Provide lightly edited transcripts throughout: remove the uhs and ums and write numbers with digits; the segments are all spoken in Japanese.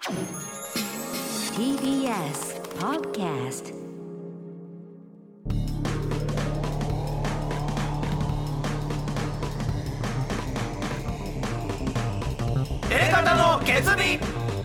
TBS Podcast。 エレカタの決意。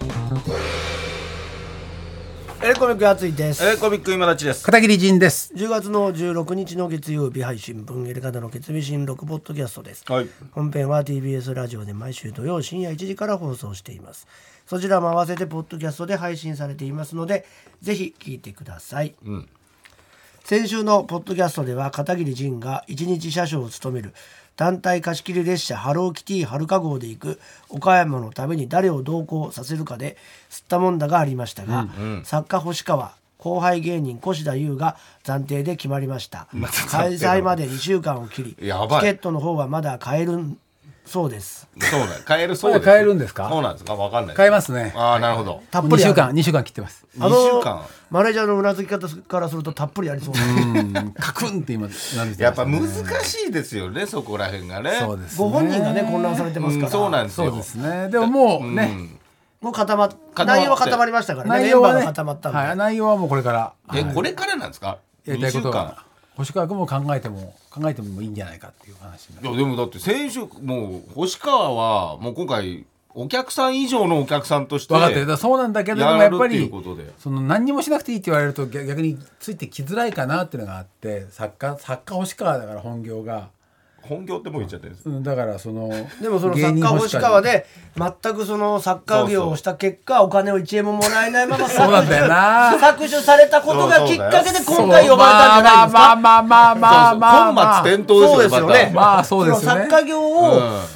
エレコミックやついです。 エレコミック今立ちです。 片桐仁です。 10月の16日の月曜日配信分エレカタの決意新録ポッドキャストです。 はい。 本編は TBS ラジオで毎週土曜深夜1時から放送しています。そちらも合わせてポッドキャストで配信されていますのでぜひ聞いてください。先週のポッドキャストでは片桐仁が一日車掌を務める団体貸し切り列車ハローキティはるか号で行く岡山のために誰を同行させるかで吸ったもんだがありましたが、作家星川後輩芸人越田優が暫定で決まりました。開催まで2週間を切りチケやばいットの方はまだ買えるそうです。 そうだ。買えるそうです。 買えるんですか？ そうなんですか。わかんない。 買えますね。 ああ、なるほど。 たっぷりある 2週間切ってます。 2週間。 マネージャーのうなずき方からするとたっぷりありそうなカクンって今やっぱ難しいですよね、そこら辺がね。 そうですね。 ご本人がね混乱されてますから、 そうなんですよ。 そうですね。でももうね、 もう内容は固まりましたからね。 内容はね、 メンバーが固まったんで、 はい、内容はもうこれからこれからなんですか？ やりたいこと 2週間が星川君も考えてもいいんじゃないかっていう話になる。 いやでもだって先週もう星川はもう今回お客さん以上のお客さんとして分かってる。だからそうなんだけどでもやっぱりその何にもしなくていいって言われると逆についてきづらいかなっていうのがあって、作家星川だから本業ってもう言っちゃってるんです。 だからでもその作家星川で全くその作家業をした結果お金を1円ももらえないままそうなんだよな搾取されたことがきっかけで今回呼ばれたんじゃないですか。 本末転倒ですよね。 まあそうですよね。 作家業を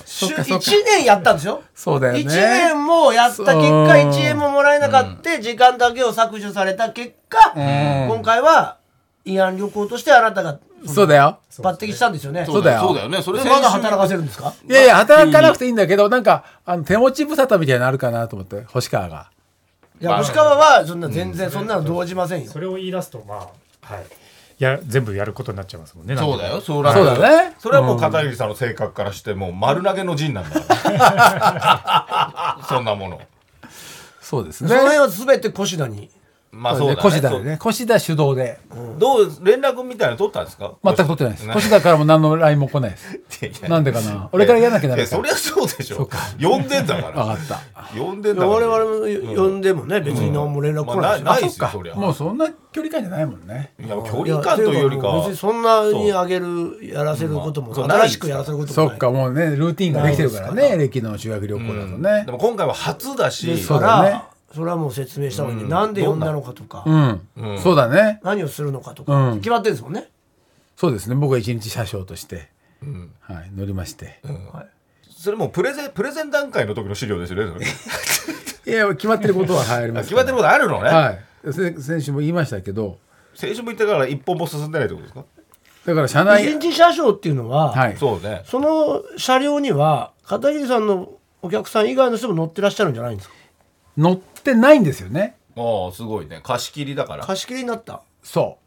1年やったんですよ。 そうだよね。 1年もやった結果1円ももらえなかった時間だけを搾取された結果今回は慰安旅行としてあなたがそうだよ抜擢したんですよね。 そうだよね。それまだ働かせるんですか？ いや働かなくていいんだけどなんか手持ち無沙汰みたいになるかなと思って星川が。 いや星川はそんな全然そんなの動じませんよ。 それを言い出すと全部やることになっちゃいますもんね。 そうだよ。 そうだね。 それはもう片桐さんの性格からしてもう丸投げの陣なんだからそんなもの。 そうですね。 その辺は全て越田に。 まあそうだね。 越田でね。越田主導で。 どう連絡みたいなの取ったんですか？ 全く取ってないです。越田からも何の LINE も来ないです。なんでかな。俺からやらなきゃならない。 そりゃそうでしょ。呼んでんだから。 分かった。 呼んでんだから。 我々も呼んでもね別に何も連絡来ないし。 ないですよそりゃ。 もうそんな距離感じゃないもんね。 いや距離感というよりか別にそんなにあげるやらせることも新しくやらせることもない。 そっかもうねルーティンができてるからね。歴の修学旅行だとね。 でも今回は初だし。 ですからそれはもう説明した方がいいんで、なんで呼んだのかとか、 そうだね。 何をするのかとか決まってるんですもんね。そうですね。僕は一日車掌として乗りまして、 それもプレゼン段階の時の資料ですよね。 いや決まってることはあります。 決まってることあるのね。 はい。先週も言いましたけど、 先週も言ったから一本も進んでないってことですか？ だから車内一日車掌っていうのは、 そうね。 その車両には片桐さんのお客さん以外の人も乗ってらっしゃるんじゃないんですか？ 乗ってないんですよね。 ああすごいね。貸し切りだから。 貸し切りになった。 そう。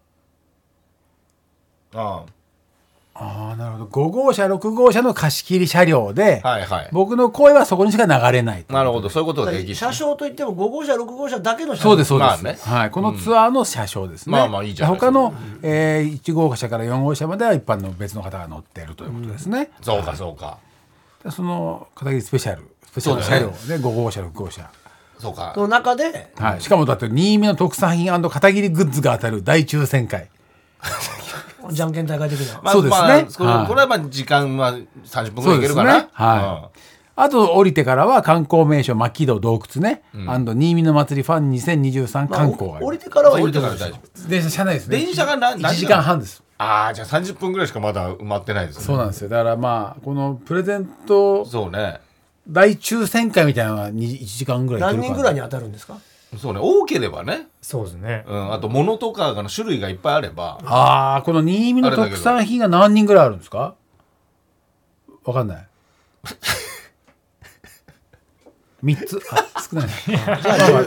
ああなるほど。5号車6号車の貸し切り車両で、僕の声はそこにしか流れない。 なるほど。そういうことができる。 車掌といっても5号車6号車だけの車両。そうです。 ね。 はい。このツアーの車掌ですね。 まあいいじゃない。 他の1号車から4号車までは一般の別の方が乗っているということですね。 そうか。 その片桐スペシャル車両で5号車6号車。 そうか。 の中で、 しかもだって新見の特産品&片桐グッズが当たる大抽選会。 じゃんけん大会的な。 そうですね。 これは時間は30分ぐらいいけるかな。 あと降りてからは観光名所牧戸洞窟ね、新見の祭りファン2023観光がある。 降りてからはいいと大丈夫。 電車車内ですね。 電車が 1時間半です。 じゃあ30分ぐらいしかまだ埋まってないですね。 そうなんですよ。だからこのプレゼントそうね大抽選会みたいなのは1時間ぐらい何人ぐらいに当たるんですか？ そうね、多ければね。 そうですね。 あと物とかの種類がいっぱいあれば。 この新見の特産品が何人ぐらいあるんですか？わかんない。 3つ少ないじゃあ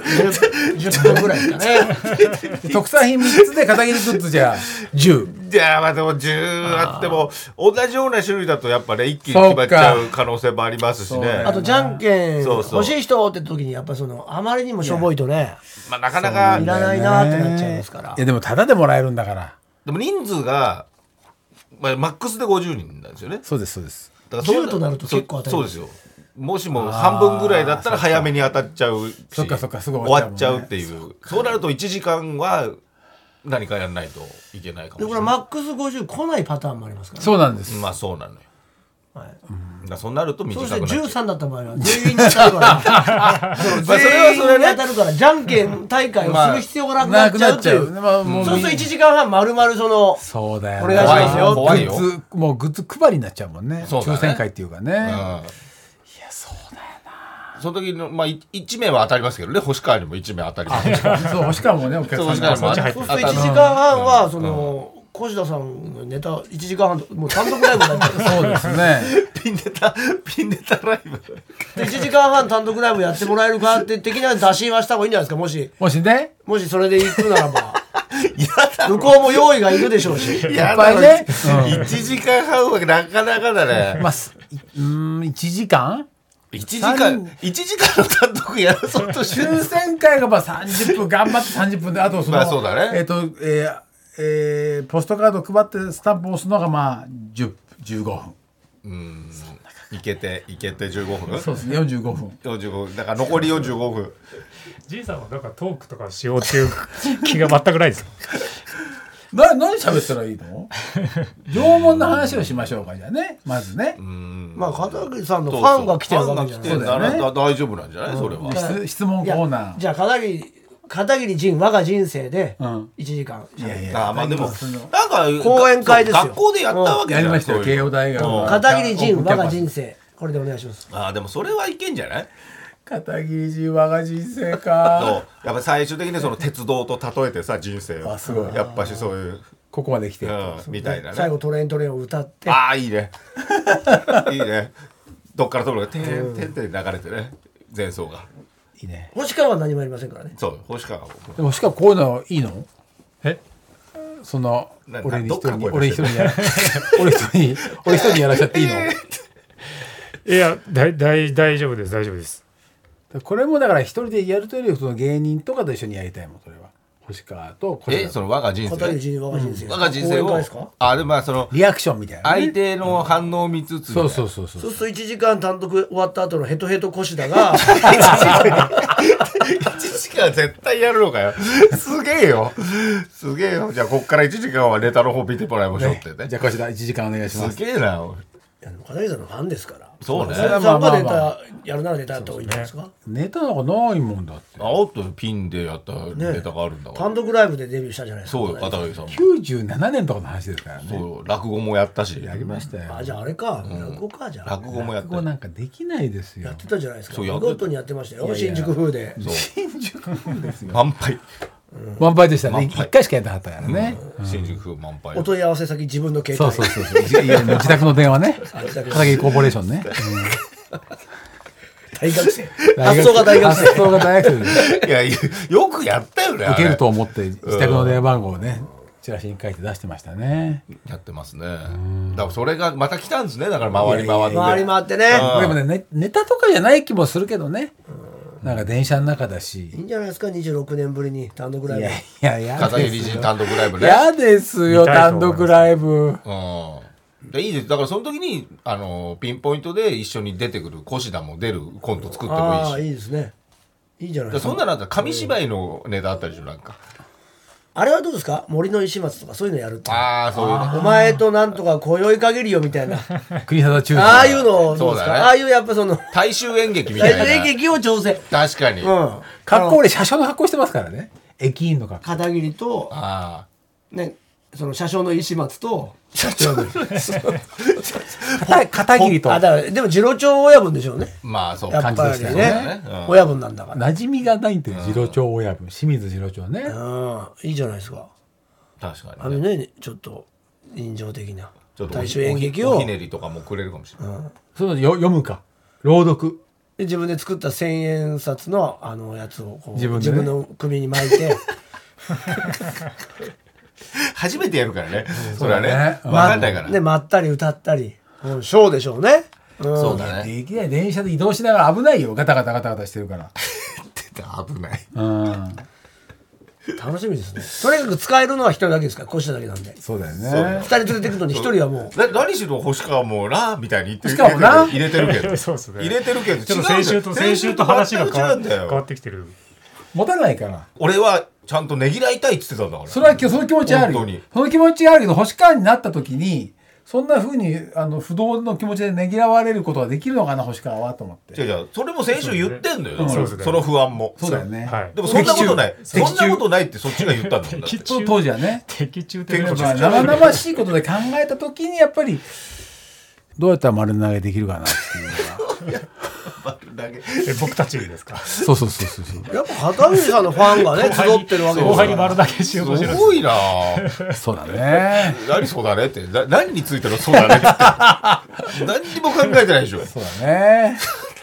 10分ぐらいかね。 特産品3つで片桐グッズじゃ10。 いやまあでも10あっても同じような種類だとやっぱね一気に決まっちゃう可能性もありますしね。 あとじゃんけんそうそう欲しい人って時にやっぱそのあまりにもしょぼいとね、 まあなかなかいらないなってなっちゃいますから。 いやでもタダでもらえるんだから。 でも人数が、まあ、マックスで50人なんですよね。 そうですそうです。 だから 10となると結構当たります。 そうですよ。もしも半分ぐらいだったら早めに当たっちゃうし、 そっかすぐ終わっちゃうっていう。そうなると1時間は何かやらないといけないかもしれない。 でこれマックス50来ないパターンもありますから、ね。 そうなんです。 まあそうなのよ。 はい。 だそうなると短くなっちゃう。 そうして13だった場合は全員に当たるから全員に当たるからじゃんけん大会をする必要がなくなっちゃうっていう。そうすると1時間半丸々そのそうだよ、 お願いしますよ。 怖いよ。 もうグッズ配りになっちゃうもんね。抽選会っていうかね。いやそうだよな。 その時のまあ1名は当たりますけどね。星川にも1名当たります。 そう星川もねお客さんがそうすると1時間半はその越田さんのネタ1時間半もう単独ライブになっちゃう。 そうですね。 ピンネタライブで1時間半単独ライブやってもらえるかって的な打診はした方がいいんじゃないですか。もしそれで行くならば向こうも用意がいるでしょうし。 いっぱいね、1時間半はなかなかだね。 まあ1時間 1時間の単独やらそうとして抽選会がまあ30分頑張って30分であとその、 まあそうだね。 ポストカード配ってスタンプを押すのがまあ15分。 いけて15分。 そうですね45分。 45分だから残り45分。 じいさんはなんかトークとかしようっていう気が全くないですよ。 何喋ったらいいの？縄文の話をしましょうかじゃあねまずね。 まあ片桐さんのファンが来てるわけじゃないですか。 大丈夫なんじゃないそれは。 質問コーナー。 じゃあ片桐仁我が人生で1時間。 いやまあでもなんか講演会ですよ。 学校でやったわけやりましたよ慶応大学。 片桐仁我が人生これでお願いします。 でもそれはいけんじゃない？ 片桐仁我が人生か。 そうやっぱ最終的にその鉄道と例えてさ人生を。 すごい。 やっぱしそういうここまで来てみたいなね。 最後トレインを歌って。 いいね。いいね。どっからところがてんてんって流れてね前奏が。 いいね。 星川は何もありませんからね。 そう星川。 でも星川こういうのいいの？その俺一人にやらしちゃっていいの？ いや大丈夫です。 これもだから一人でやるというよりその芸人とかと一緒にやりたいもんそれは。星川とその我が人生。 片桐仁我が人生。 我が人生を。でもそのリアクションみたいな。 相手の反応を見つつ。 そう。 そうすると1時間単独終わった後のヘトヘト越田が1 時間絶対やるのかよ。すげえよ。じゃあこっから1時間はネタの方見てもらいましょうってね。 じゃあ越田1時間お願いします。 すげえな。 片桐さんのファンですから。 そうね。 さんがネタやるならネタやった方がいいんじゃないですか。 ネタなんかないもんだって。 とピンでやったネタがあるんだから。 単独ライブでデビューしたじゃないですか。 そうよ片桐さんも。 97年とかの話ですからね。 そう落語もやったし。 やりましたよ。 じゃああれか落語かじゃあ。 落語もやった。 落語なんかできないですよ。 やってたじゃないですか。 そう見事にやってましたよ新宿風で。 新宿風ですよ。 満杯。 満杯でしたね。1回しかやってなかったからね。 新宿風満杯。 お問い合わせ先自分の携帯。 そう。自宅の電話ね。片桐コーポレーションね。 大学生。発想が大学生。 いやよくやったよね。 受けると思って自宅の電話番号をねチラシに書いて出してましたね。 やってますね。だからそれがまた来たんですね。だから回り回ってね。 でもねネタとかじゃない気もするけどね。なんか電車の中だし。 いいんじゃないですか26年ぶりに単独ライブ。 いや片桐仁単独ライブね。 嫌ですよ単独ライブ。 いいです。だからその時にピンポイントで一緒に出てくる越田も出るコント作ってもいいし。 いいですね。いいじゃないですか。 そんなのあったら紙芝居のネタあったでしょなんか。 あれはどうですか森の石松とかそういうのやるって。 そういうね。 お前となんとか今宵限りよみたいな。 国定中ああいうのどうですか。ああいうやっぱその大衆演劇みたいな。 大衆演劇を調整。 確かに。 格好俺車掌の格好してますからね。駅員の格好。 片桐とねその車掌の石松と。 片桐と。 でも次郎長親分でしょうね。 まあそうやっぱりね親分なんだから。 馴染みがないんで次郎長親分清水次郎長ね。 いいじゃないですか。 確かにねちょっと人情的な大衆演劇をおひねりとかもくれるかもしれない。 そう読むか朗読で自分で作った1000円札のやつをこう自分でね自分の首に巻いて初めてやるからね。それはそうだねね。わかんないから。 で待ったり歌ったり、ショーでしょうね。 そうだね。 できない電車で移動しながら危ないよ。ガタガタガタガタしてるから。 危ない。 うん。 楽しみですね。とにかく使えるのは一人だけですから、腰だけなんで。 そうだよそうね。 二人連れてくるのに一人はもう何しろ星川もなみたいに言ってる星川もな入れてるけどそうっすね入れてるけどちょっと先週と話が変わってきてる。 持たないから。 俺はちゃんとねぎらいたいっつってたんだから。 それはその気持ちあるよ本当に。 その気持ちがあるけど、星川になった時に、そんな風に不動の気持ちでねぎらわれることができるのかな、星川はと思って。 違うそれも先週言ってんのよ。だからそうですねその不安も。 そうだよね。 はい。 でもそんなことない。 的中そんなことないってそっちが言ったんだもんだって。 当時はね。 的中的的中な生々しいことで考えた時にやっぱりどうやったら丸投げできるかなっていうのが僕たちですか。 そうそうそうそうそうやっぱ片桐さんのファンがね集ってるわけです後輩にから。 丸投げしようとしてるんですすごいなぁ。 そうだね。 何そうだねって何についてのそうだねって何にも考えてないでしょ。 そうだね。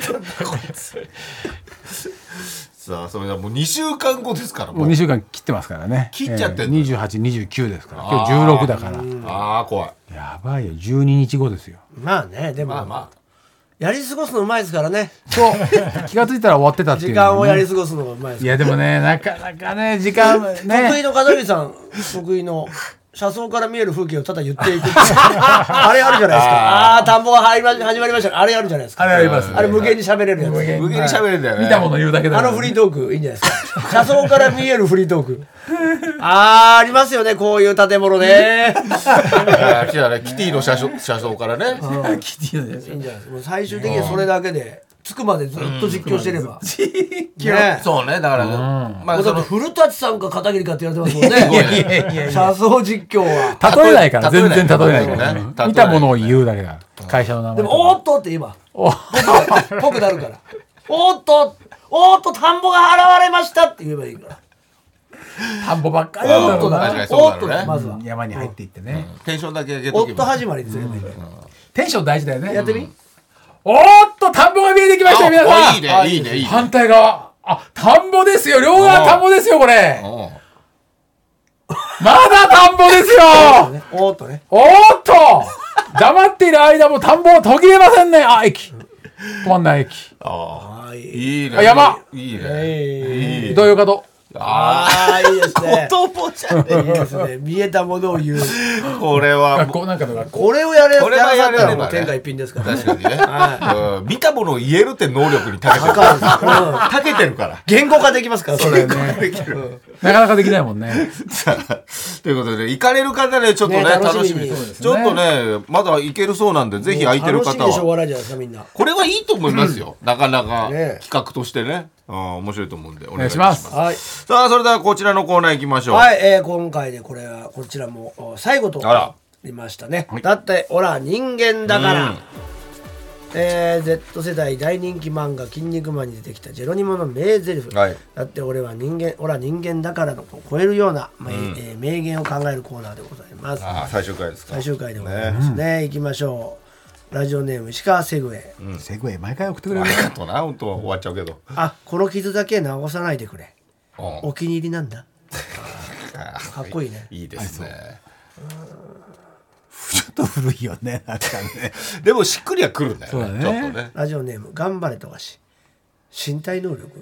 さあそれではもう2週間後ですからもう2週間切ってますからね。 切っちゃってんの 28、29ですから。今日16だから。 ああ怖い。 やばいよ。12日後ですよ。 まあね、でも、 まあまやり過ごすのうまいですからね。 そう。気がついたら終わってたっていう、 時間をやり過ごすのがうまいですから。 いやでもね、なかなかね、時間得意ね。 の片桐さん得意の車窓から見える風景をただ言っていくあれあるじゃないですか。ああー田んぼが始まりました。あれあるじゃないですか。 あれあります。 あれ無限に喋れるやつ。 無限に喋れるんだよね。 見たもの言うだけだからあのフリートークいいんじゃないですか。車窓から見えるフリートーク。ありますよね、こういう建物ね。 あー来たねキティの車窓からね。 キティのやついいんじゃないですか。もう最終的にそれだけで着くまでずっと実況してれば。ね。 そうねだからねまあだそのって古舘さんか片桐かって言われてますもんね。車窓実況は。 例えないから、全然例えないか例えないら。見たものを言うだけだ。会社の名前でとか。 もおーっとって言えばぽくなるから。おーっと田んぼが現れましたって言えばいいから。 田んぼばっかりなんだろうな。 確かにそうだろうね。 まずは山に入っていってね。 テンションだけ上げとけば。 夫始まりにすればいいから。 テンション大事だよね。 やってみ。 おーっと、田んぼが見えてきましたよ、皆さん。 いいねいいねいいね。 反対側。あ、田んぼですよ。両側田んぼですよ、これ。まだ田んぼですよ。 おーっとね。 おーっと黙っている間も田んぼは途切れませんね。あ、駅。止まんない駅。 いいね。 あ山いいね。いい。 どういうことああいいですね。 子供じゃねいいですね。見えたものを言う。 これは学校なんかの学校。 これをやれこれはやれればねやらさったらもう天下一品ですからね。 確かにね。うん見たものを言えるって能力に長けてる。 高いです長けてるから。 言語化できますから。それね。 できる。 なかなかできないもんね。 さあということで、行かれる方ね、ちょっとね、 ね楽楽しみ。 しみにちょっとね、まだ行けるそうなんで、ぜひ空いてる方楽しみでしょうは。 がないじゃないですかみんな。 これはいいと思いますよ。なかなかね企画としてね。面白いと思うんで、お願いしますはい。 さあ、それではこちらのコーナー行きましょう。 はい、今回でこれはこちらも最後とあらなりましたね。だってオラ人間だから。Z 世代大人気漫画「筋肉マン」に出てきたジェロニモの名台詞、 はいだって俺は人間だからのを超えるような、名言を考えるコーナーでございます。 ああ、最終回ですか。 最終回でございますね。行きましょう。ラジオネーム石川セグウェイ。 セグウェイ毎回送ってくれあるね。 りがとうな、本当は終わっちゃうけど。 あ、この傷だけ直さないでくれ。 うんお気に入りなんだ。かっこいいね。 いいですね。 ちょっと古いよね、なんかね。 でもしっくりはくるんだよそうだねね。ちょっとね。 ラジオネーム頑張れ富樫。身体能力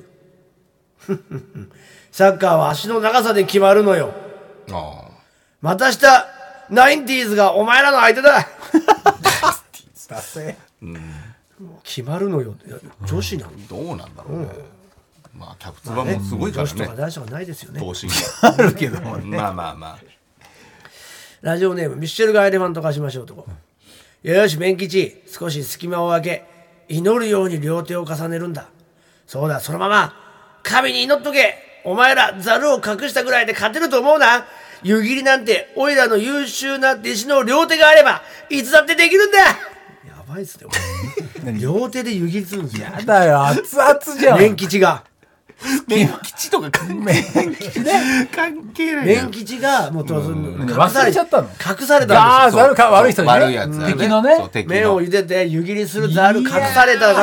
サッカーは足の長さで決まるのよ。 あまたしたナインティーズがお前らの相手だ。 だせ。 決まるのよ。いや女子なんだ。 どうなんだろうね。まあ、キャプツバもすごいから女子とかね。 男子はないですよね。 頭身が。 あるけどもね。 まあまあまあ。 ラジオネームミッシェルガ・エレファント化しましょうとこ。よし、メン吉、少し隙間を空け、祈るように両手を重ねるんだ。そうだ、そのまま、神に祈っとけ。お前ら、ザルを隠したぐらいで勝てると思うな。湯切りなんて、おいらの優秀な弟子の両手があれば、いつだってできるんだ。やばいっすね、これ両手で湯切りするんですよ。 やだよ、熱々じゃん。 メン吉が。 麺吉とか関係ない麺吉がもう忘れちゃったの。 隠されたんですよ。 ざるか悪い人にね。 悪いやつだね。 敵のね。 麺を茹でて湯切りするざる隠されたから、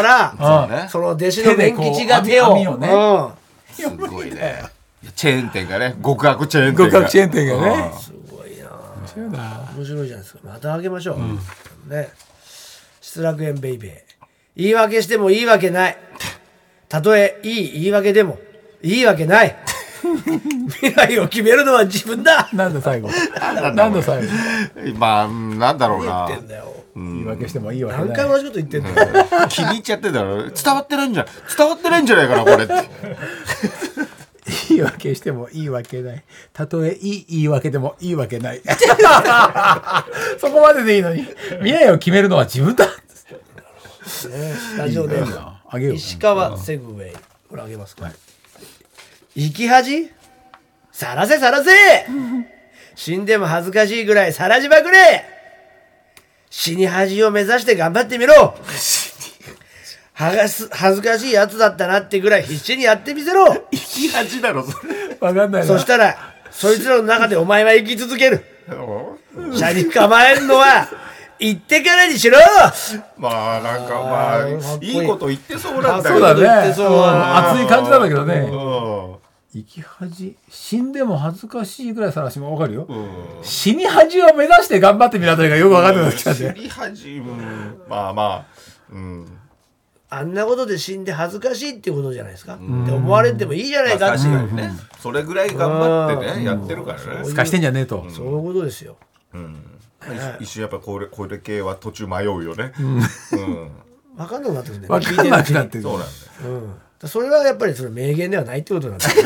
その弟子の麺吉が手をすごいね。チェーン店がね、極悪チェーン店が。 極悪チェーン店がね。 すごいな。面白いじゃないですか。またあげましょう。ね。失楽園ベイベー。言い訳してもいいわけない。たとえいい言い訳でもいいわけない。未来を決めるのは自分だ。 なんだ最後。なんだ最後。 まあなんだろうな。 言ってんだよ。 言い訳してもいいわけない。 何回も同じこと言ってんだよ。 気に入っちゃってんだろ。伝わってないんじゃないかなこれって。 言い訳してもいいわけない。たとえいい言い訳でもいいわけない。そこまででいいのに。未来を決めるのは自分だ。 ラジオネームあげよう。 石川セグウェイ。これあげますか。生き恥さらせさらせ。死んでも恥ずかしいぐらいさらしまくれ。死に恥を目指して頑張ってみろ。恥ずかしいやつだったなってぐらい必死にやってみせろ。 生き恥だろそれ。 わかんないな。 そしたらそいつらの中でお前は生き続ける。車に構えるのは言ってからにしろ。 まあなんかまあいいこと言ってそうなんだけど。 そうだね。 熱い感じなんだけどね。 うん。 生き恥死んでも恥ずかしいぐらい晒しもわかるよ。死に恥を目指して頑張ってみなというかよくわかんないなっちゃって。 死に恥まあまああんなことで死んで恥ずかしいっていうことじゃないですか。って思われてもいいじゃないかって確かにね。それぐらい頑張ってねやってるからね。 すかしてんじゃねえと。 そういうことですよ。 一瞬やっぱこれ系は途中迷うよね。 分かんなくなってくるんだよ。 わかんなくなってる。 そうなんだよ。 それはやっぱりその名言ではないってことなんだよ。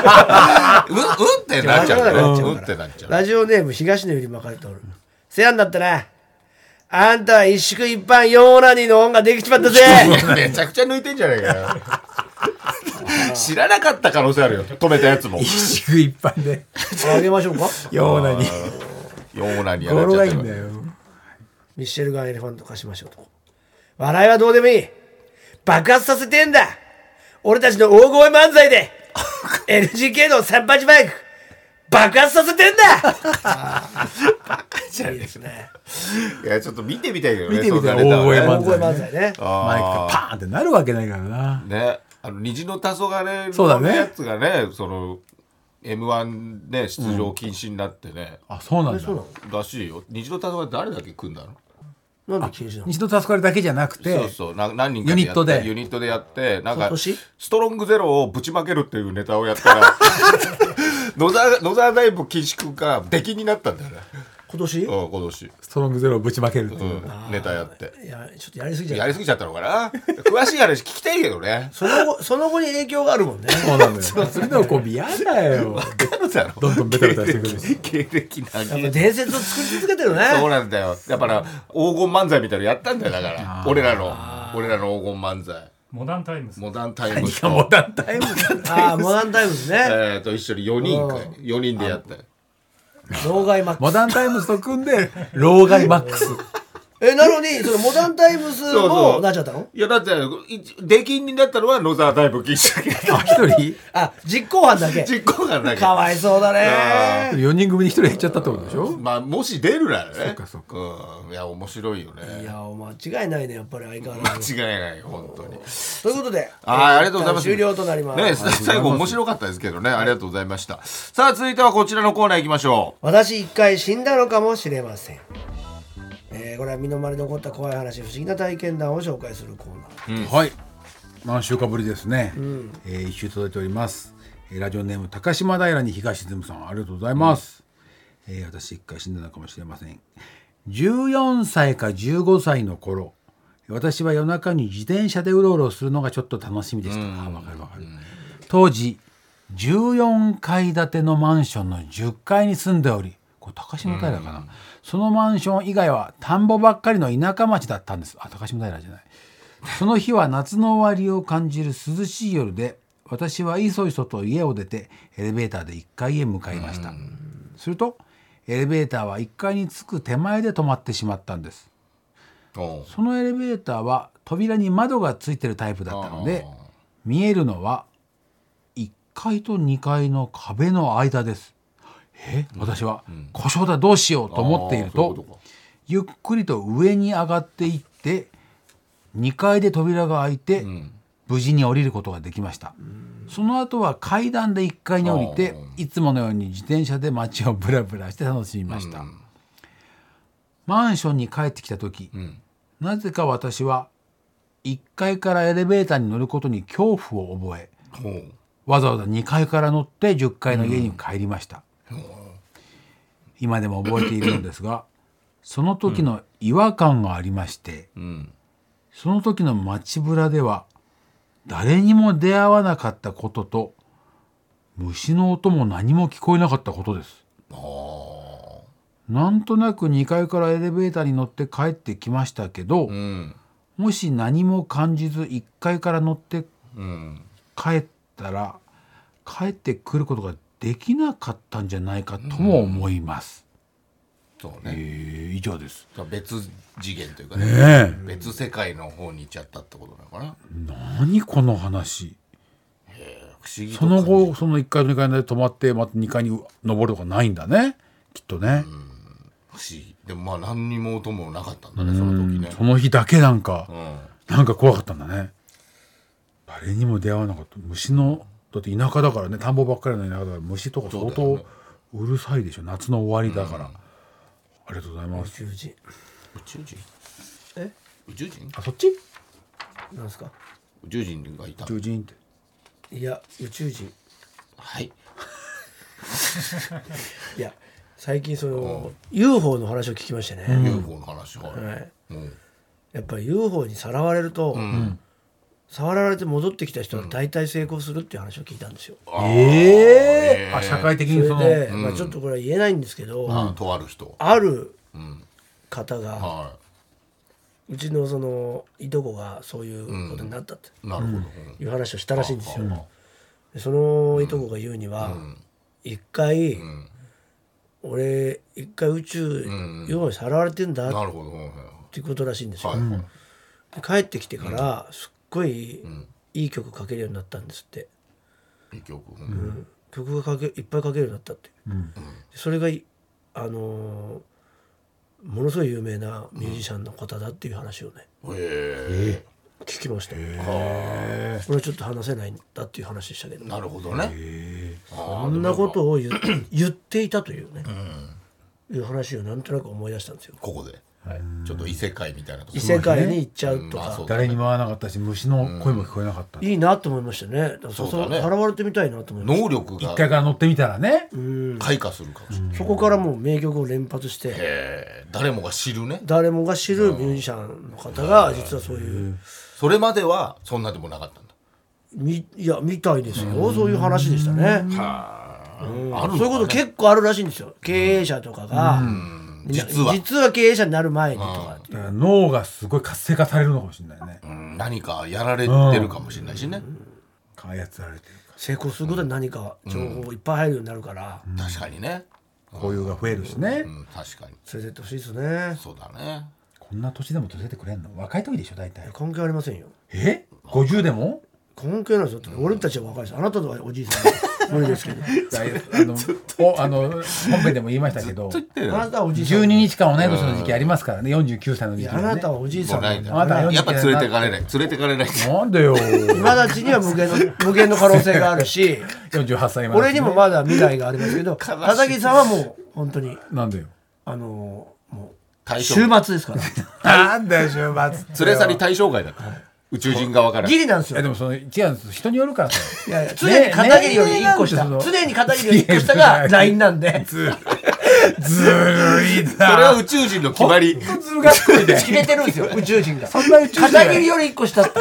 ってなっちゃう。ってなっちゃう。 ラジオネーム東野より巻かれておる。せやんだったな。あんたは一宿一般4オナニーの恩ができちまったぜ。 めちゃくちゃ抜いてんじゃないかよ。知らなかった可能性あるよ。止めたやつも。 一宿一般で。 あげましょうか。 ようなに。 ようなにや語呂らっちゃったがいいんだよ。 ミッシェルガンエレファント貸しましょうと。笑いはどうでもいい。爆発させてんだ。俺たちの大声漫才で LGK の38バイク爆発させてんだ。 バカじゃねえですね。 いやちょっと見てみたいけどね。 見てみたいそんなネタはね大声漫才ね。 マイクがパーンってなるわけないからな。 ね、虹の黄昏そうだねのやつがね、その M1 ね出場禁止になってね、 あ、そうなんだ。 らしいよ。虹の黄昏誰だけ組んだの？ なんで禁止なの？ 西の助かりだけじゃなくて、 そうそう、何人かユニットでユニットでやってなんか今年ストロングゼロをぶちまけるっていうネタをやったら野沢大夫岸君が出禁になったんだよね。 今年？ 今年、 ストロングゼロをぶちまけるっていう。 ネタやって。 いやちょっとやりすぎちゃう。 やりすぎちゃったのかな。詳しい話聞きたいけどね。 その後に影響があるもんね。 そうなんだよ。次のコンビ嫌だよ。どんどんベタベタしてくるし。 経歴長い。 やっぱ伝説を作り続けてるね。 そうなんだよ。やっぱな黄金漫才みたいなのやったんだよ。だから俺らの黄金漫才。 モダンタイムズ。 モダンタイムズモダンタイムズ。 ああモダンタイムズね。 と一緒に4人でやったよ。 老害マックス。 モダンタイムズと組んで老害マックス。 なのにそのモダンタイムズもなっちゃったの？ いやだって出禁になったのは野沢大夫禁止だけど。 一人あ実行犯だけ。 実行犯だけ。 かわいそうだね。 4人組に1人減っちゃったってことでしょ。 まあもし出るならね。 そうかそうか。 いや面白いよね。 いや間違いないねやっぱり相変わらず。 間違いない本当に。 ということでありがとうございます。 終了となります。 ね最後面白かったですけどね、ありがとうございました。さあ続いてはこちらのコーナー行きましょう。 私一回死んだのかもしれません。これは身の回りで起こった怖い話、不思議な体験談を紹介するコーナー。 はい。何週間ぶりですね。一週届いております。ラジオネーム高島平に東住さん、ありがとうございます。私一回死んだのかもしれません。14歳か15歳の頃、私は夜中に自転車でうろうろするのがちょっと楽しみでした。わかるわかる。当時14階建てのマンションの10階に住んでおり、これ高島平かな、そのマンション以外は田んぼばっかりの田舎町だったんです。あ、高島平じゃない。その日は夏の終わりを感じる涼しい夜で、私はいそいそと家を出てエレベーターで1階へ向かいました。するとエレベーターは1階に着く手前で止まってしまったんです。そのエレベーターは扉に窓がついてるタイプだったので、見えるのは1 階と2階の壁の間です。私は故障だ、どうしようと思っていると、ゆっくりと上に上がっていって2階で扉が開いて、無事に降りることができました。その後は階段で1階に降りて、いつものように自転車で街をブラブラして楽しみました。マンションに帰ってきた時、なぜか私は1階からエレベーターに乗ることに恐怖を覚え、わざわざ2階から乗って10階の家に帰りました。今でも覚えているのですが、その時の違和感がありまして、その時の街ぶらでは誰にも出会わなかったことと、虫の音も何も聞こえなかったことです。なんとなく2階からエレベーターに乗って帰ってきましたけど、もし何も感じず1階から乗って帰ったら、帰ってくることができなかったんじゃないかとも思います。 そうね、 以上です。 別次元というかね、別世界の方に行っちゃったってことなのかな。 何この話。 不思議とその後その1階の2階で止まってまた2階に登るとかないんだね、きっとね。 不思議。でも何にも音もなかったんだね、その時ね。 その日だけなんか怖かったんだね。誰にも出会わなかった。虫の、だって田舎だからね、田んぼばっかりの田舎だから虫とか相当うるさいでしょ、夏の終わりだから。ありがとうございます。 宇宙人宇宙人、 あ、そっちなんですか。 宇宙人がいた。 宇宙人って、 いや宇宙人、 はいいや最近その UFO の話を聞きましてね、 UFO の話、はい、 やっぱり UFO にさらわれると、触られて戻ってきた人は大体成功するっていう話を聞いたんですよ。 社会的にそのそれで、まあ、ちょっとこれは言えないんですけど、 とある人、 ある方が、うちのそのいとこがそういうことになったっていう話をしたらしいんですよ。でそのいとこが言うには、一回俺一回宇宙 UFO にさらわれてんだっていうことらしいんですよ。で帰ってきてからすっごいいい曲書けるようになったんですって。 いい曲、 曲がいっぱい書けるようになったって、それがものすごい有名なミュージシャンの方だっていう話をね、聞きました。これちょっと話せないんだっていう話でしたけど、 なるほどね。 そんなことを言っていたというね、いう話をなんとなく思い出したんですよ。 ここでちょっと異世界みたいなとこ、 異世界に行っちゃうとか、 誰にも会わなかったし、虫の声も聞こえなかった。 いいなと思いましたね。さらわれてみたいなと思いました。 能力が一回から乗ってみたらね、 開花するかもしれない。 そこからもう名曲を連発して、 誰もが知るね、 誰もが知るミュージシャンの方が実はそういう、 それまではそんなでもなかったんだ。 いやみたいですよ。そういう話でしたね。そういうこと結構あるらしいんですよ。経営者とかが実は経営者になる前にとか、 脳がすごい活性化されるのかもしれないね。 何かやられてるかもしれないしね、 操られてるか。 成功することで何か情報いっぱい入るようになるから、 確かにね、 交友が増えるしね、 確かに連れてってほしいですね。 そうだね。 こんな年でも連れてくれんの？若い時でしょ大体。 関係ありませんよ。 50でも関係ないですよ。俺たちは若いです。あなたとはおじいさん無理ですけど本編でも言いましたけど、 あなたはおじいさん 12日間同い年の時期ありますからね。49歳の時期、 あなたはおじいさんなんだ。 やっぱ連れてかれないなんでよ。 今たちには無限の可能性があるし 48歳まで、 俺にもまだ未来がありますけど、片桐さんはもう本当になんでよ、 もう週末ですからなんだよ週末。 連れ去り対象外だから、宇宙人側からギリなんですよ。 でもその違うんです、人によるからさ。 いや常に片桐より1個下、常に片桐より1個下が LINE なんでずるいな。 それは宇宙人の決まり。 ずる賢いで決めてるんですよ宇宙人が。 そんな宇宙人片桐より1個下って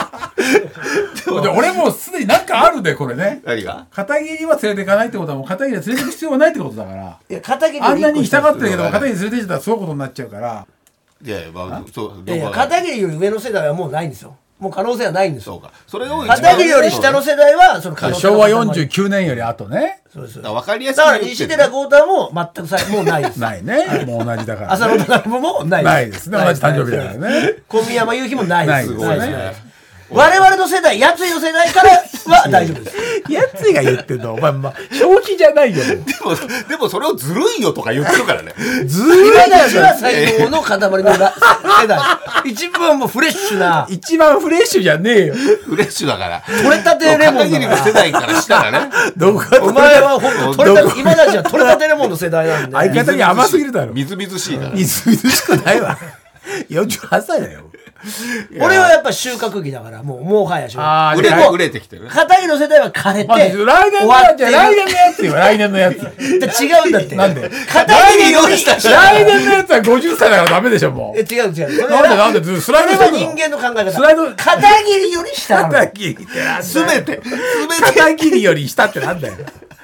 俺もうすでになんかあるでこれね。 何が？ 片桐は連れていかないってことはもう片桐は連れていく必要がないってことだから。 いや片桐あんなに従ってるけど片片桐連れていっちゃったらすごいことになっちゃうから。 いやいや、まあ、そういや片桐より上の世代はもうないんですよ。もう可能性はないんですよ。 そうか。それを片桐より下の世代はその可能性昭和49年より後ね。 そうです。 分かりやすい。 だから西寺豪太も全くもうないです。 ないね。もう同じだから。 浅野忠信もないです。 ないですね。同じ誕生日だからね。 小宮山雄飛もないです。 ないですね。 我々の世代、やついの世代からは大丈夫です。 やつが言ってんのお前、正気じゃないよ。 でもそれをずるいよとか言ってるからね。 ずるい今だちは斎藤の塊の世代。一番もうフレッシュな。 一番フレッシュじゃねえよ。 フレッシュだから。 取れたてレモンだ片桐の世代からしたらね。 お前は本当今だちは取れたてレモンの世代なんで。 相方に甘すぎるだろ。 みずみずしいから。 みずみずしくないわ。48歳だよ。 俺はやっぱ収穫期だから、もはや収穫。 売れてきてる。 片桐の世代は枯れて。 来年のやつよ、来年のやつ。 違うんだって。 なんで片桐より下。 来年のやつは50歳だからダメでしょ、もう。 違う。 なんでスライドそれは人間の考え方。 スライド片桐より下なの。 片桐ってなんだよ。 すべて。 片桐より下ってなんだよ。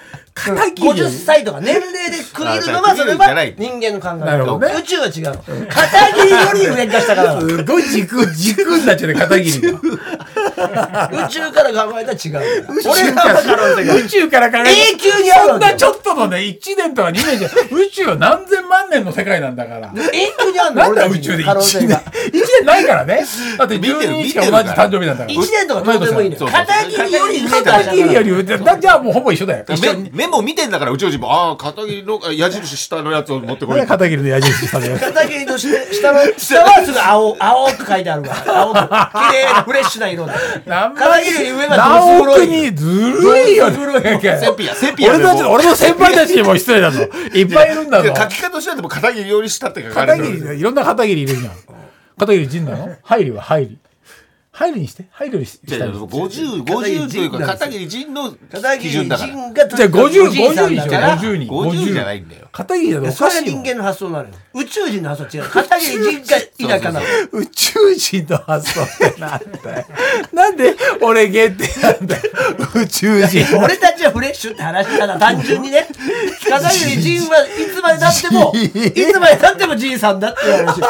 50歳とか年齢で区切るのはそれは人間の考え方。宇宙は違う。片桐より上か下から。 すごい軸になっちゃうね、片桐が。 宇宙から考えたら違う。 宇宙から考えたら永久にある。 そんなちょっとのね、1年とか2年じゃ、宇宙は何千万年の世界なんだから。 永久にあるの。 なんだ宇宙で1年。1年ないからね。だって12日しか同じ誕生日なんだから。 1年とかどうでもいいのよ。片桐より上か片桐より上。じゃあもうほぼ一緒だよ。 メモ見てんだから宇宙人も片桐の矢印下のやつを持ってこい。 片桐の矢印下のやつ。 片桐の下はすぐ青く書いてあるわ。青く綺麗なフレッシュな色で。片桐より上は何億にずるいよ。 セピア。 俺の先輩たちにも失礼だぞ。いっぱいいるんだぞ。 書き方してても片桐より下って書かれてる。 いろんな片桐いるじゃん。片桐仁なの？入りは入り。入りにして入るにして。 50というか片桐仁の基準だから。じゃあ 50にしよう。50 じゃないんだよ。 片桐だとおそれがかしいよ。 人間の発想なのよ。宇宙人の発想違う。片桐仁か否かなの。 宇宙人の発想ってなんだよ。なんで俺限定なんだよ。宇宙人。 俺たちはフレッシュって話ただ単純にね。片桐仁はいつまで経っても仁さんだって言われるし。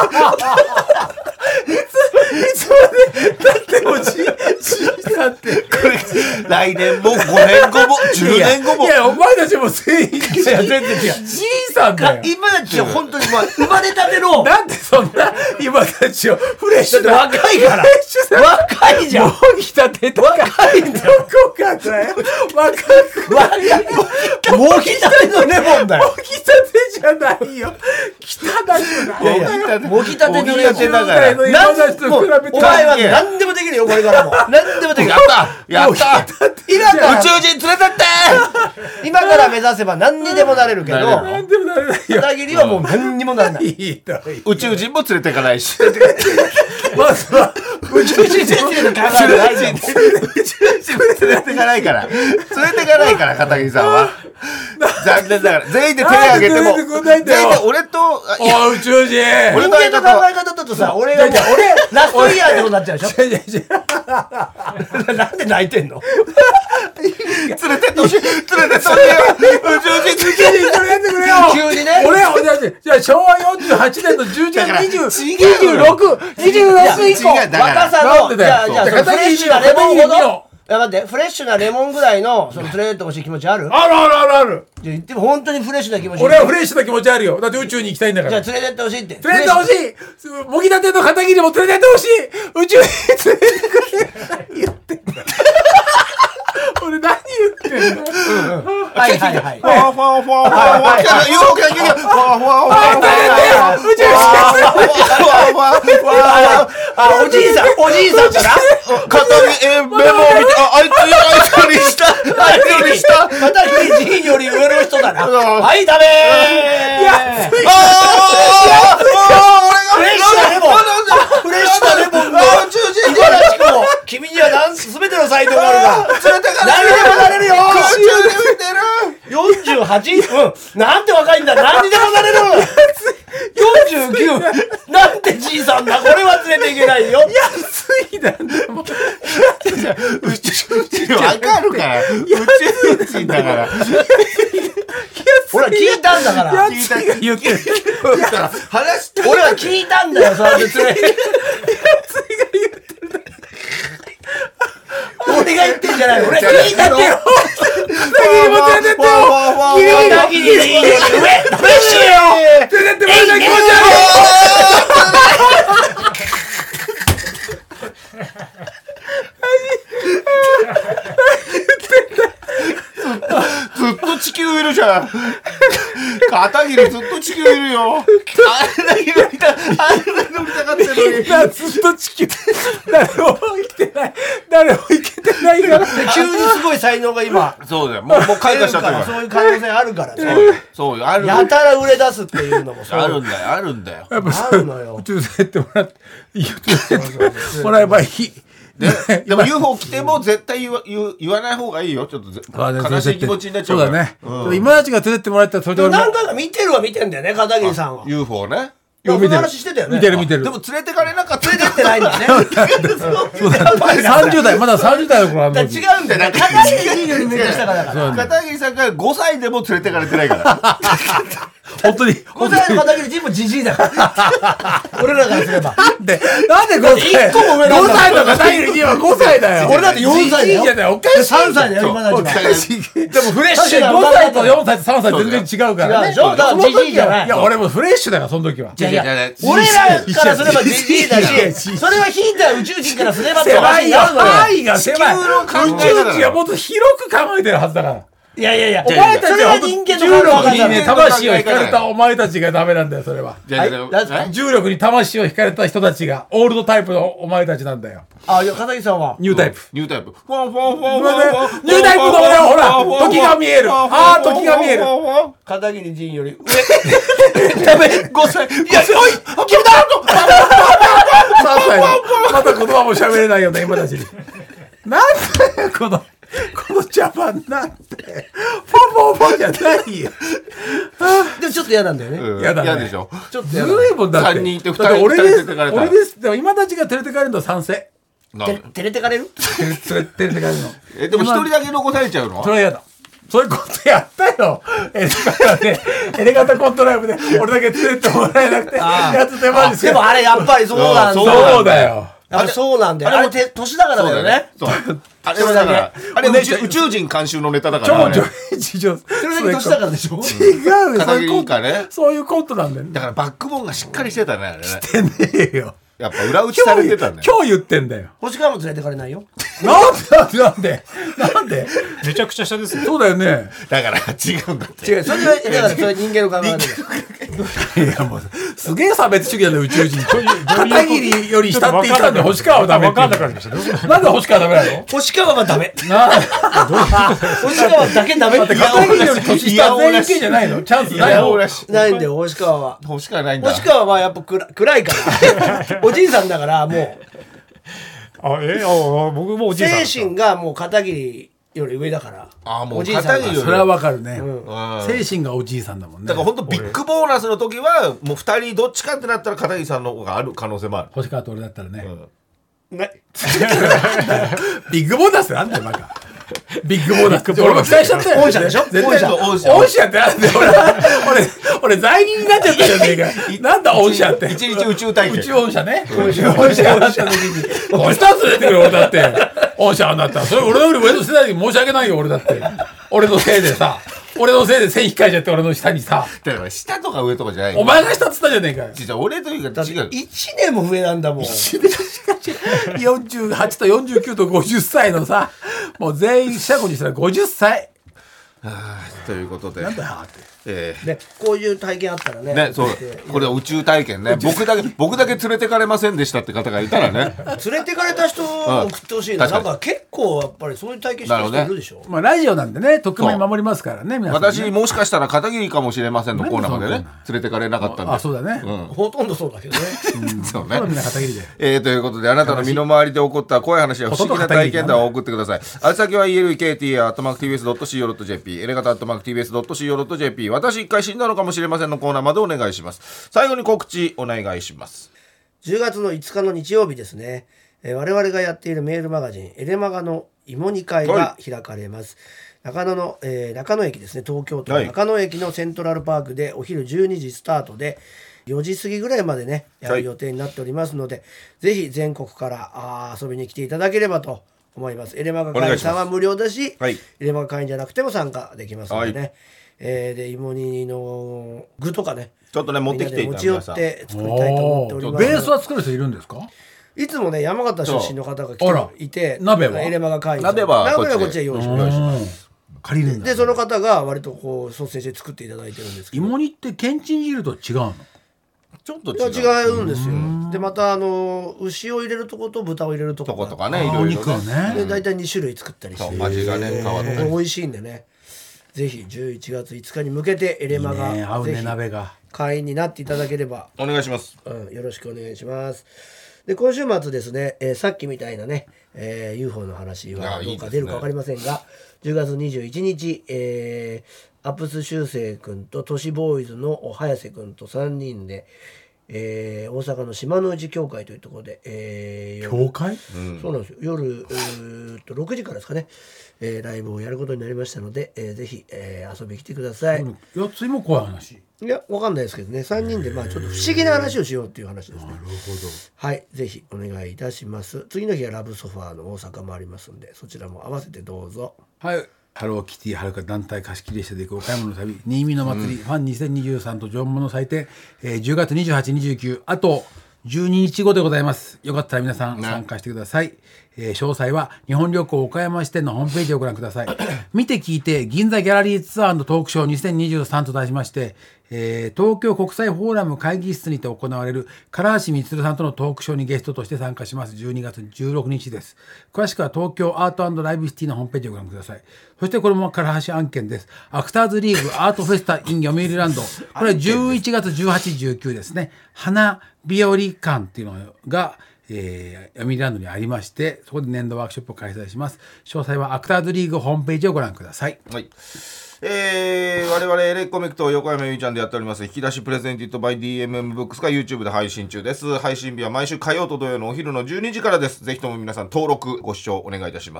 いつまでだってもじさんって来年も5年後も10年後もいやお前たちも全員全然違うじいさんだよ。 今たちは本当に生まれたてのなんでそんな今たちをフレッシュな若いから若いじゃん。 もぎたてとか若いんだよ。どこかだよ。若いもぎたてのレモンだよ。 もぎたてじゃないよ。汚くない。 もぎたてのレモンだから。 お前は何でもできるよこれからも。何でもできる。 やった宇宙人連れてって今から目指せば何にでもなれるけど何でもなれないよ。 片桐はもう何にもなれない。 宇宙人も連れていかないし。 まずは宇宙人連れていかないから片桐さんは残念ながら全員で手を挙げても全員で俺と宇宙人人間の考え方だとさ俺ラストイヤーってことになっちゃうでしょ。なんで泣いてんの。 連れてってほしいよ。宇宙人連れてくれよ。 急にね。 俺じゃあ昭和48年の10月26以降若さのじゃあフレッシュなレモンほど待ってフレッシュなレモンぐらいのその連れてってほしい気持ちある？ ある。 でも本当にフレッシュな気持ち。 俺はフレッシュな気持ちあるよ。だって宇宙に行きたいんだから。 じゃあ連れてってほしいって。 連れてってほしい。もぎたての片桐も連れてってほしい。宇宙に連れてってくれ。言ってんだ。俺何言ってんの？ はい。 ファーファーファーファーファーおじいさんから片桐メモを見てあいつより下片桐仁より上の人だな。はいダメー。フレッシュなレモンの宇宙人素晴らしくも君には全ての才能があるが何にでもなれるよ。48？なんて若いんだ。何にでもなれる。49？なんてじいさんだ。これは連れていけないよ。 安いなんだもん。 宇宙人わかるから宇宙人だから俺は聞いたんだから。 安いが言ってる。 俺は聞いたんだよ。そうやって連れて。俺が言ってんじゃないの。俺聞いたの。 片桐も連れてってよ。 片桐上フレッシュよ。 連れてってもらいたい気持ち悪い。 球じゃん。片桐ずっと地球いるよ。あんなに乗りたかったのに。 みんなずっと地球誰も生きてない誰も生きてないから急にすごい才能が今そうだよ。もう開花しちゃってるから。 そういう可能性あるからね。 そうよ。ある。 やたら売れ出すっていうのもそうあるんだよ。あるんだよ。 やっぱあるのよ宇宙船ってもらって宇宙船ってもらえばいい。 でも UFO 来ても絶対言わない方がいいよ。ちょっと悲しい気持ちになっちゃうから。 そうだね。今たちが連れてってもらったらそれで俺も何回か見てるは見てんだよね片桐さんは。 UFO ね。 そんな話してたよね。 見てるでも連れてかれなかった。 連れてってないんだよね。 30代まだ30代の頃あるのに違うんだよ。 片桐よりめっちゃ下からだから。 片桐さんが5歳でも連れてかれてないから。 本当に 5歳の片桐もじじいだから俺らからすればなんで5歳 1個も上なんだ 5歳の片桐には5歳だよ。 俺だって4歳だよ。 じじいじゃないおかしい。 3歳だよ今たちは。 おかしい。 でもフレッシュ 5 な歳と4歳と3歳全然違うからね。 違うでしょ。だからじじいじゃない。 いや俺もフレッシュだよその時は。 いや俺らからすればじじいだし、それは引いた宇宙人からすればって狭いよ。 話になるのよ。 範囲が狭い。宇宙人はもっと広く考えてるはずだから。 いやいやいや、 お前たちはそれは人間重の考力にねえ方魂を引かれたお前たちがダメなんだよそれは。重力に魂を引かれた人たちがオールドタイプのお前たちなんだよ。 あ、いや片桐さんはニュータイプ。 ニュータイプ。 ニュータイプの俺はほら時が見える。ああ時が見える。 片桐仁より上。 ダメ5歳。いやおい君だ。 3歳のまた言葉も喋れないよね今たちに。なんだよこの茶番なんてポンポンポンじゃないよ。 でもちょっと嫌なんだよね。 嫌だね。 嫌でしょ。 ちょっとず嫌だ。 るいもんだって。 3人いて2 だって人連れてかれた。 俺です。でも今たちが連れてかれるのは賛成。 照れてかれる？ 連れてかれるの。 でも1人だけ残されちゃうの？ それは嫌だ。そういうことやったよ。エレガタコントライブで俺だけ連れてもらえなくてやつ手間ですよ。 でもあれやっぱりそうなんだ。 そうだよ。 やっぱそうなんだよ。あれ年だからだよね。 あれはだからあれ宇宙人監修のネタだから。 超事情。それだけ年だからでしょ。 違うよ。 片桐かね。 そういうコントなんだよ。 だからバックボーンがしっかりしてたねあれね。 してねえよ。 やっぱ裏打ちされてたんだよ。 今日言ってんだよ。 星川も連れてかれないよ。 なんでめちゃくちゃ下ですよ。 そうだよね。 だから違うんだって。 違う、それはだからそれは人間の考え方。 いやもうすげえ差別主義なんだよ宇宙人。片桐より下って言ったんで星川はダメって。 分かんなくなりました。 なんで星川ダメなの？ 星川はダメ。 な星川だけダメって片桐より年下全員系じゃないの？チャンスないの？ ないんだよ星川は。 星川ないんだ。 星川はやっぱ暗いから。おじいさんだからもう。 僕もおじいさん。 精神がもう片桐より上だから。 あもうおじいさん片桐よりそれはわかるね。 うん精神がおじいさんだもんね。 だから本当ビッグボーナスの時はもう2人どっちかってなったら片桐さんの方がある可能性もある。 星川と俺だったらね。 ね。 ビッグボーナスなんだよバカ。ビッグボーナス。俺も期待しちゃったよ。 御社でしょ？ 絶対御社御社ってなんだよ。俺罪人になっちゃったじゃねえか。なんだ御社って。 一日宇宙体験。 宇宙御社ね。御社がなった時に。これ2つ出てくる俺だって。御社になったら。それ俺より上の世代に申し訳ないよ俺だって。俺のせいでさ。俺のせいで線引っかいちゃって俺の下にさ。 だから下とか上とかじゃない。 お前が下っつったじゃねえかよ。 実は俺というか違う。 1年も上なんだもん。 48と49と50歳のさ、もう全員社子にしたら50歳。 ということで。 なんだよって。 でこういう体験あったらね。 ね、そう。これは宇宙体験ね。僕だけ連れてかれませんでしたって方がいたらね。 連れてかれた人を送ってほしいな。なんか結構やっぱりそういう体験してる人いるでしょ。 まあラジオなんでね、匿名守りますからね、皆さんね。 私もしかしたら片桐かもしれませんのコーナーまでね、連れてかれなかったんで。 あ、そうだね。 ほとんどそうだけどね。 そうね。 みんな片桐で。 ということで、あなたの身の回りで起こった怖い話や不思議な体験談を送ってください。あ先は elkt@tbs.co.jp、エレガタ@tbs.co.jp、私一回死んだのかもしれませんのコーナーまでお願いします。最後に告知お願いします。 10月の5日の日曜日ですね、我々がやっているメールマガジンエレマガの芋煮会が開かれます。中野駅ですね、東京都中野駅のセントラルパークでお昼12時スタートで4時過ぎぐらいまでねやる予定になっておりますので、ぜひ全国から遊びに来ていただければと思います。エレマガ会員さんは無料だし、エレマガ会員じゃなくても参加できますのでね、で芋煮の具とかねちょっとね持ってきていただきました。 持ち寄って作りたいと思っております。 ベースは作る人いるんですか？ いつもね山形出身の方が来ていて、 鍋はエレマガ会員鍋はこっちで用意します。 借りるんだ。 でその方が割とこう率先して作っていただいてるんですけど、 芋煮ってけんちん汁と違うの？ ちょっといや違う違うんですよ。でまた牛を入れるとこと豚を入れるとこがとかね、いおろいろ肉をね。 で大体2種類作ったりして、 そう味がね変わったり美味しいんでね、ぜひ11月5日に向けてエレマいいね、合うねがぜひ鍋が。 会員になっていただければ、 お願いします。 よろしくお願いします。で今週末ですね、さっきみたいなね、UFO の話はどうか出るか分かりませんが、10月21日、アップス修正君と都市ボーイズの早瀬君と3人で、大阪の島の内教会というところで、 教会？ そうなんですよ、夜6時からですかね、ライブをやることになりましたので、ぜひ、遊びに来てください。 やついも怖い話。 いやわかんないですけどね、3人でまあちょっと不思議な話をしようっていう話ですね。 なるほど。 はいぜひお願いいたします。次の日はラブソファーの大阪もありますんで、そちらも合わせてどうぞ。 はい。ハローキティはるか団体貸し切り列車で行く岡山の旅、新見の祭り、ファン2023と縄文の祭典、10月28、29、あと12日後でございます。よかったら皆さん参加してください。詳細は日本旅行岡山支店のホームページをご覧ください。見て聞いて銀座ギャラリーツアー&トークショー2023と題しまして、東京国際フォーラム会議室にて行われる唐橋光さんとのトークショーにゲストとして参加します。12月16日です。詳しくは東京アート&ライブシティのホームページをご覧ください。そしてこれも唐橋案件です。アクターズリーグアートフェスタ in 読売ランド、これは11月18、19ですね。花日和館っていうのが読売ランドにありまして、そこで年度ワークショップを開催します。詳細はアクターズリーグホームページをご覧ください。 はい。我々エレコミックと横山由依ちゃんでやっております引き出しプレゼンティッドバイ DMM ブックスが YouTube で配信中です。配信日は毎週火曜と土曜のお昼の12時からです。ぜひとも皆さん登録ご視聴お願いいたします。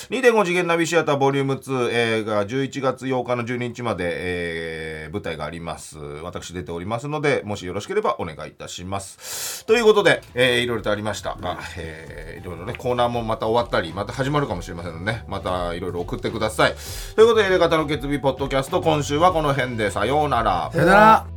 2.5 次元ナビシアターボリューム2、が11月8日の12日まで、舞台があります。私出ておりますので、もしよろしければお願いいたします。ということで、いろいろとありましたが、いろいろねコーナーもまた終わったりまた始まるかもしれませんのでね、またいろいろ送ってください。ということでエレガタの決日ポッドキャスト、今週はこの辺でさようなら。 さよなら。